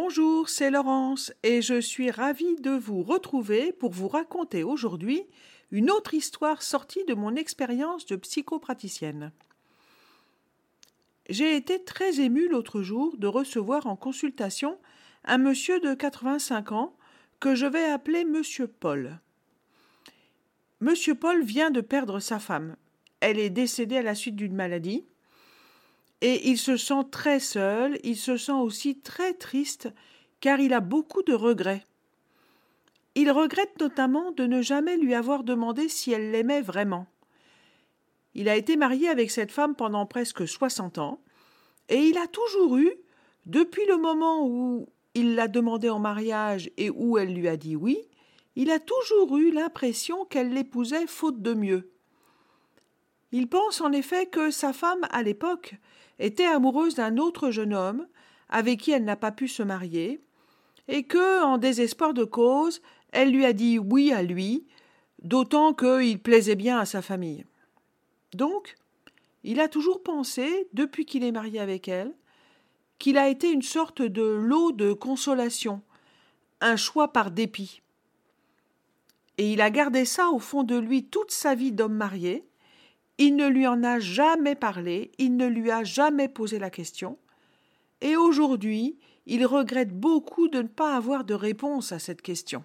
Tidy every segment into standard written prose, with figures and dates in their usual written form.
Bonjour, c'est Laurence et je suis ravie de vous retrouver pour vous raconter aujourd'hui une autre histoire sortie de mon expérience de psychopraticienne. J'ai été très émue l'autre jour de recevoir en consultation un monsieur de 85 ans que je vais appeler Monsieur Paul. Monsieur Paul vient de perdre sa femme. Elle est décédée à la suite d'une maladie. Et il se sent très seul, il se sent aussi très triste, car il a beaucoup de regrets. Il regrette notamment de ne jamais lui avoir demandé si elle l'aimait vraiment. Il a été marié avec cette femme pendant presque 60 ans, et il a toujours eu, depuis le moment où il l'a demandé en mariage et où elle lui a dit oui, il a toujours eu l'impression qu'elle l'épousait faute de mieux. Il pense en effet que sa femme, à l'époque, était amoureuse d'un autre jeune homme avec qui elle n'a pas pu se marier et que, en désespoir de cause, elle lui a dit oui à lui, d'autant qu'il plaisait bien à sa famille. Donc, il a toujours pensé, depuis qu'il est marié avec elle, qu'il a été une sorte de lot de consolation, un choix par dépit. Et il a gardé ça au fond de lui toute sa vie d'homme marié. Il ne lui en a jamais parlé, il ne lui a jamais posé la question. Et aujourd'hui, il regrette beaucoup de ne pas avoir de réponse à cette question.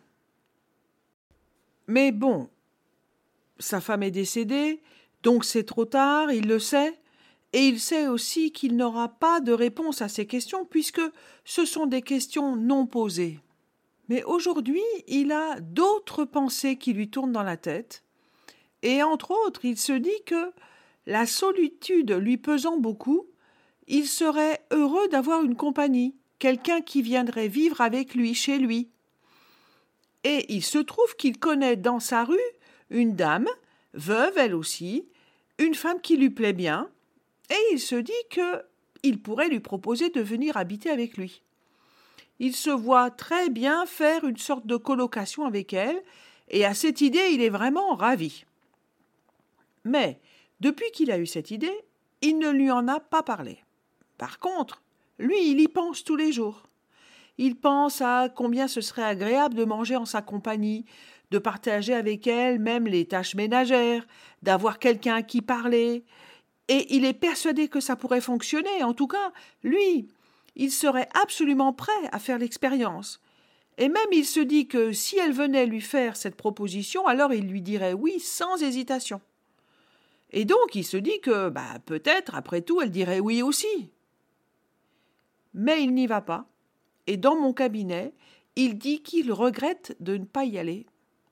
Mais bon, sa femme est décédée, donc c'est trop tard, il le sait, et il sait aussi qu'il n'aura pas de réponse à ces questions puisque ce sont des questions non posées. Mais aujourd'hui, il a d'autres pensées qui lui tournent dans la tête. Et entre autres, il se dit que, la solitude lui pesant beaucoup, il serait heureux d'avoir une compagnie, quelqu'un qui viendrait vivre avec lui, chez lui. Et il se trouve qu'il connaît dans sa rue une dame, veuve elle aussi, une femme qui lui plaît bien, et il se dit qu'il pourrait lui proposer de venir habiter avec lui. Il se voit très bien faire une sorte de colocation avec elle, et à cette idée, il est vraiment ravi. Mais, depuis qu'il a eu cette idée, il ne lui en a pas parlé. Par contre, lui, il y pense tous les jours. Il pense à combien ce serait agréable de manger en sa compagnie, de partager avec elle même les tâches ménagères, d'avoir quelqu'un à qui parler. Et il est persuadé que ça pourrait fonctionner. En tout cas, lui, il serait absolument prêt à faire l'expérience. Et même il se dit que si elle venait lui faire cette proposition, alors il lui dirait oui sans hésitation. Et donc, il se dit que, peut-être, après tout, elle dirait oui aussi. Mais il n'y va pas. Et dans mon cabinet, il dit qu'il regrette de ne pas y aller.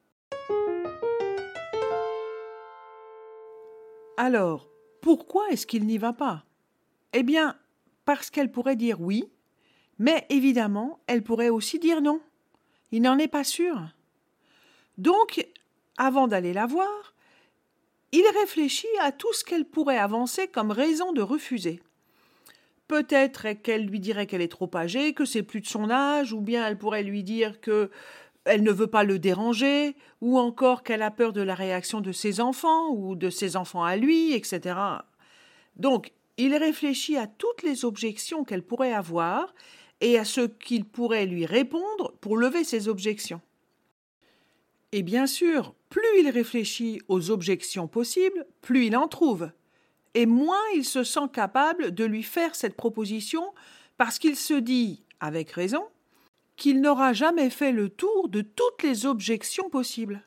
Alors, pourquoi est-ce qu'il n'y va pas ? Eh bien, parce qu'elle pourrait dire oui, mais évidemment, elle pourrait aussi dire non. Il n'en est pas sûr. Donc, avant d'aller la voir, il réfléchit à tout ce qu'elle pourrait avancer comme raison de refuser. Peut-être qu'elle lui dirait qu'elle est trop âgée, que c'est plus de son âge, ou bien elle pourrait lui dire qu'elle ne veut pas le déranger, ou encore qu'elle a peur de la réaction de ses enfants, ou de ses enfants à lui, etc. Donc, il réfléchit à toutes les objections qu'elle pourrait avoir et à ce qu'il pourrait lui répondre pour lever ces objections. Et bien sûr, plus il réfléchit aux objections possibles, plus il en trouve. Et moins il se sent capable de lui faire cette proposition parce qu'il se dit, avec raison, qu'il n'aura jamais fait le tour de toutes les objections possibles.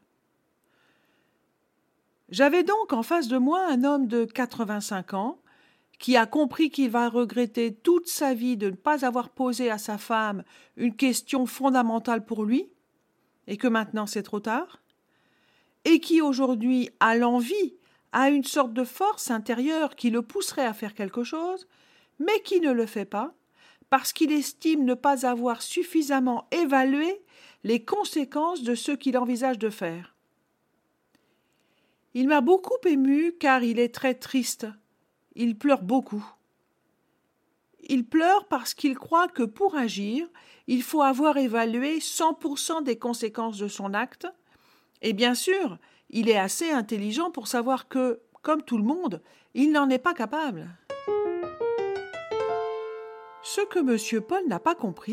J'avais donc en face de moi un homme de 85 ans qui a compris qu'il va regretter toute sa vie de ne pas avoir posé à sa femme une question fondamentale pour lui, et que maintenant c'est trop tard, et qui aujourd'hui a l'envie, a une sorte de force intérieure qui le pousserait à faire quelque chose, mais qui ne le fait pas, parce qu'il estime ne pas avoir suffisamment évalué les conséquences de ce qu'il envisage de faire. Il m'a beaucoup émue car il est très triste. Il pleure beaucoup. Il pleure parce qu'il croit que pour agir, il faut avoir évalué 100% des conséquences de son acte. Et bien sûr, il est assez intelligent pour savoir que, comme tout le monde, il n'en est pas capable. Ce que M. Paul n'a pas compris,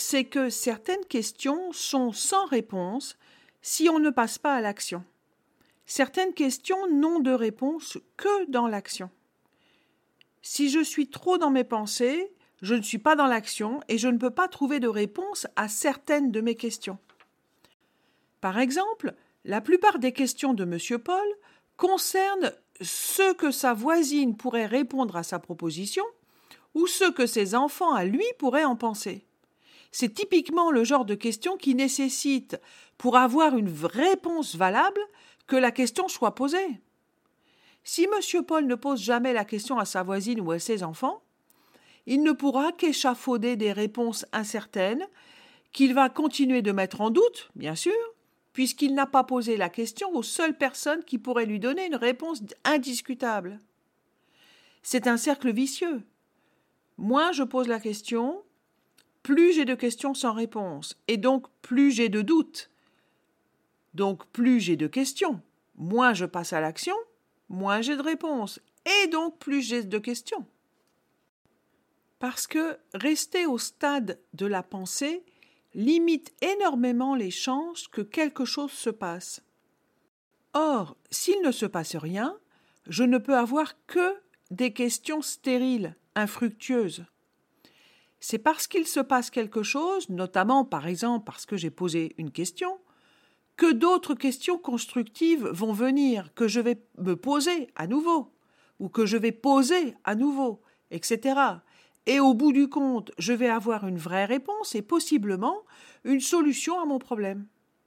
c'est que certaines questions sont sans réponse si on ne passe pas à l'action. Certaines questions n'ont de réponse que dans l'action. Si je suis trop dans mes pensées, je ne suis pas dans l'action et je ne peux pas trouver de réponse à certaines de mes questions. Par exemple, la plupart des questions de M. Paul concernent ce que sa voisine pourrait répondre à sa proposition ou ce que ses enfants à lui pourraient en penser. C'est typiquement le genre de question qui nécessite, pour avoir une réponse valable, que la question soit posée. Si M. Paul ne pose jamais la question à sa voisine ou à ses enfants, il ne pourra qu'échafauder des réponses incertaines qu'il va continuer de mettre en doute, bien sûr, puisqu'il n'a pas posé la question aux seules personnes qui pourraient lui donner une réponse indiscutable. C'est un cercle vicieux. Moins je pose la question, plus j'ai de questions sans réponse, et donc plus j'ai de doutes. Donc plus j'ai de questions, moins je passe à l'action, moins j'ai de réponses, et donc plus j'ai de questions. Parce que rester au stade de la pensée limite énormément les chances que quelque chose se passe. Or, s'il ne se passe rien, je ne peux avoir que des questions stériles, infructueuses. C'est parce qu'il se passe quelque chose, notamment par exemple parce que j'ai posé une question, que d'autres questions constructives vont venir, que je vais me poser à nouveau, ou que je vais poser à nouveau, etc. Et au bout du compte, je vais avoir une vraie réponse et possiblement une solution à mon problème.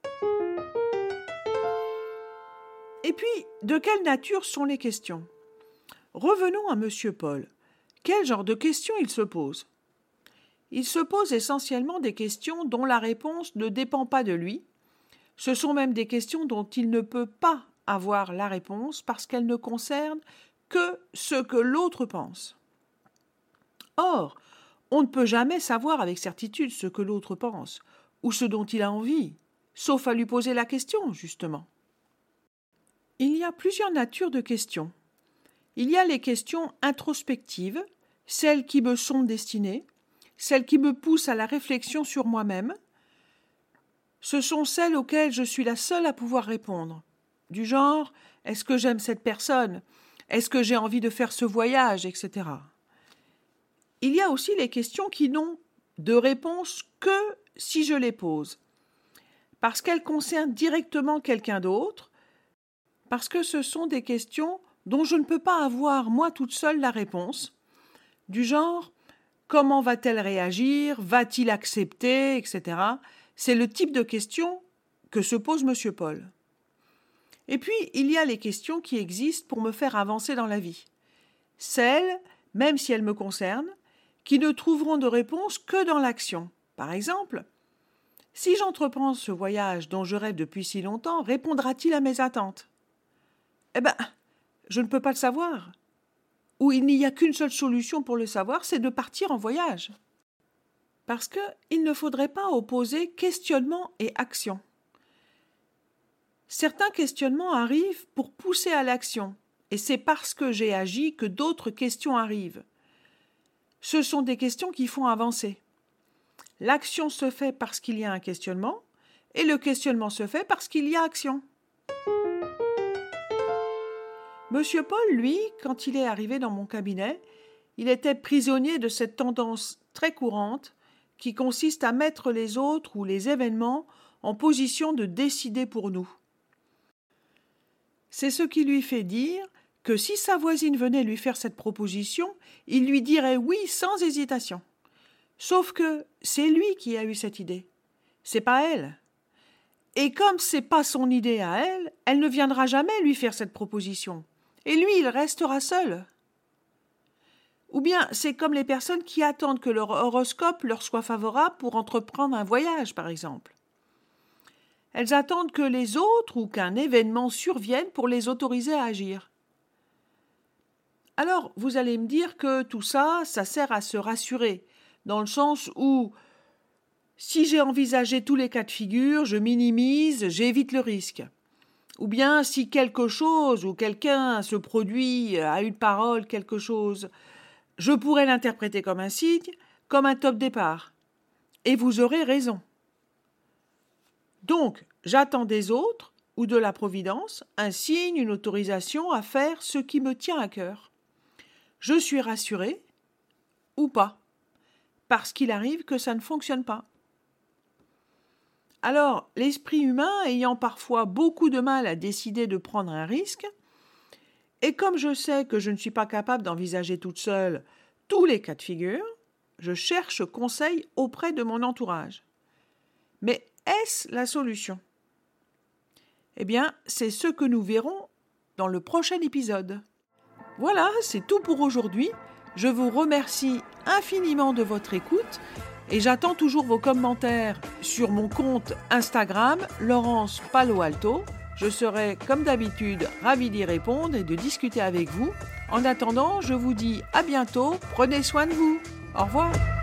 Et puis, de quelle nature sont les questions ? Revenons à M. Paul. Quel genre de questions il se pose ? Il se pose essentiellement des questions dont la réponse ne dépend pas de lui. Ce sont même des questions dont il ne peut pas avoir la réponse parce qu'elles ne concernent que ce que l'autre pense. Or, on ne peut jamais savoir avec certitude ce que l'autre pense ou ce dont il a envie, sauf à lui poser la question, justement. Il y a plusieurs natures de questions. Il y a les questions introspectives, celles qui me sont destinées, celles qui me poussent à la réflexion sur moi-même. Ce sont celles auxquelles je suis la seule à pouvoir répondre. Du genre, est-ce que j'aime cette personne ? Est-ce que j'ai envie de faire ce voyage, etc. Il y a aussi les questions qui n'ont de réponse que si je les pose, parce qu'elles concernent directement quelqu'un d'autre, parce que ce sont des questions dont je ne peux pas avoir moi toute seule la réponse, du genre comment va-t-elle réagir, va-t-il accepter, etc. C'est le type de questions que se pose M. Paul. Et puis, il y a les questions qui existent pour me faire avancer dans la vie. Celles, même si elles me concernent, qui ne trouveront de réponse que dans l'action. Par exemple, si j'entreprends ce voyage dont je rêve depuis si longtemps, répondra-t-il à mes attentes ? Eh bien, je ne peux pas le savoir. Ou il n'y a qu'une seule solution pour le savoir, c'est de partir en voyage. Parce qu'il ne faudrait pas opposer questionnement et action. Certains questionnements arrivent pour pousser à l'action, et c'est parce que j'ai agi que d'autres questions arrivent. Ce sont des questions qui font avancer. L'action se fait parce qu'il y a un questionnement, et le questionnement se fait parce qu'il y a action. Monsieur Paul, lui, quand il est arrivé dans mon cabinet, il était prisonnier de cette tendance très courante qui consiste à mettre les autres ou les événements en position de décider pour nous. C'est ce qui lui fait dire que si sa voisine venait lui faire cette proposition, il lui dirait oui sans hésitation. Sauf que c'est lui qui a eu cette idée, c'est pas elle. Et comme c'est pas son idée à elle, elle ne viendra jamais lui faire cette proposition. Et lui, il restera seul. Ou bien c'est comme les personnes qui attendent que leur horoscope leur soit favorable pour entreprendre un voyage, par exemple. Elles attendent que les autres ou qu'un événement survienne pour les autoriser à agir. Alors, vous allez me dire que tout ça, ça sert à se rassurer, dans le sens où, si j'ai envisagé tous les cas de figure, je minimise, j'évite le risque. Ou bien, si quelque chose ou quelqu'un se produit à une parole, quelque chose, je pourrais l'interpréter comme un signe, comme un top départ. et vous aurez raison. Donc, j'attends des autres ou de la Providence un signe, une autorisation à faire ce qui me tient à cœur. Je suis rassurée ou pas, parce qu'il arrive que ça ne fonctionne pas. Alors, l'esprit humain ayant parfois beaucoup de mal à décider de prendre un risque, et comme je sais que je ne suis pas capable d'envisager toute seule tous les cas de figure, je cherche conseil auprès de mon entourage. Mais est-ce la solution ? Eh bien, c'est ce que nous verrons dans le prochain épisode. Voilà, c'est tout pour aujourd'hui. Je vous remercie infiniment de votre écoute et j'attends toujours vos commentaires sur mon compte Instagram, Laurence Palo Alto. Je serai, comme d'habitude, ravie d'y répondre et de discuter avec vous. En attendant, je vous dis à bientôt. Prenez soin de vous. Au revoir.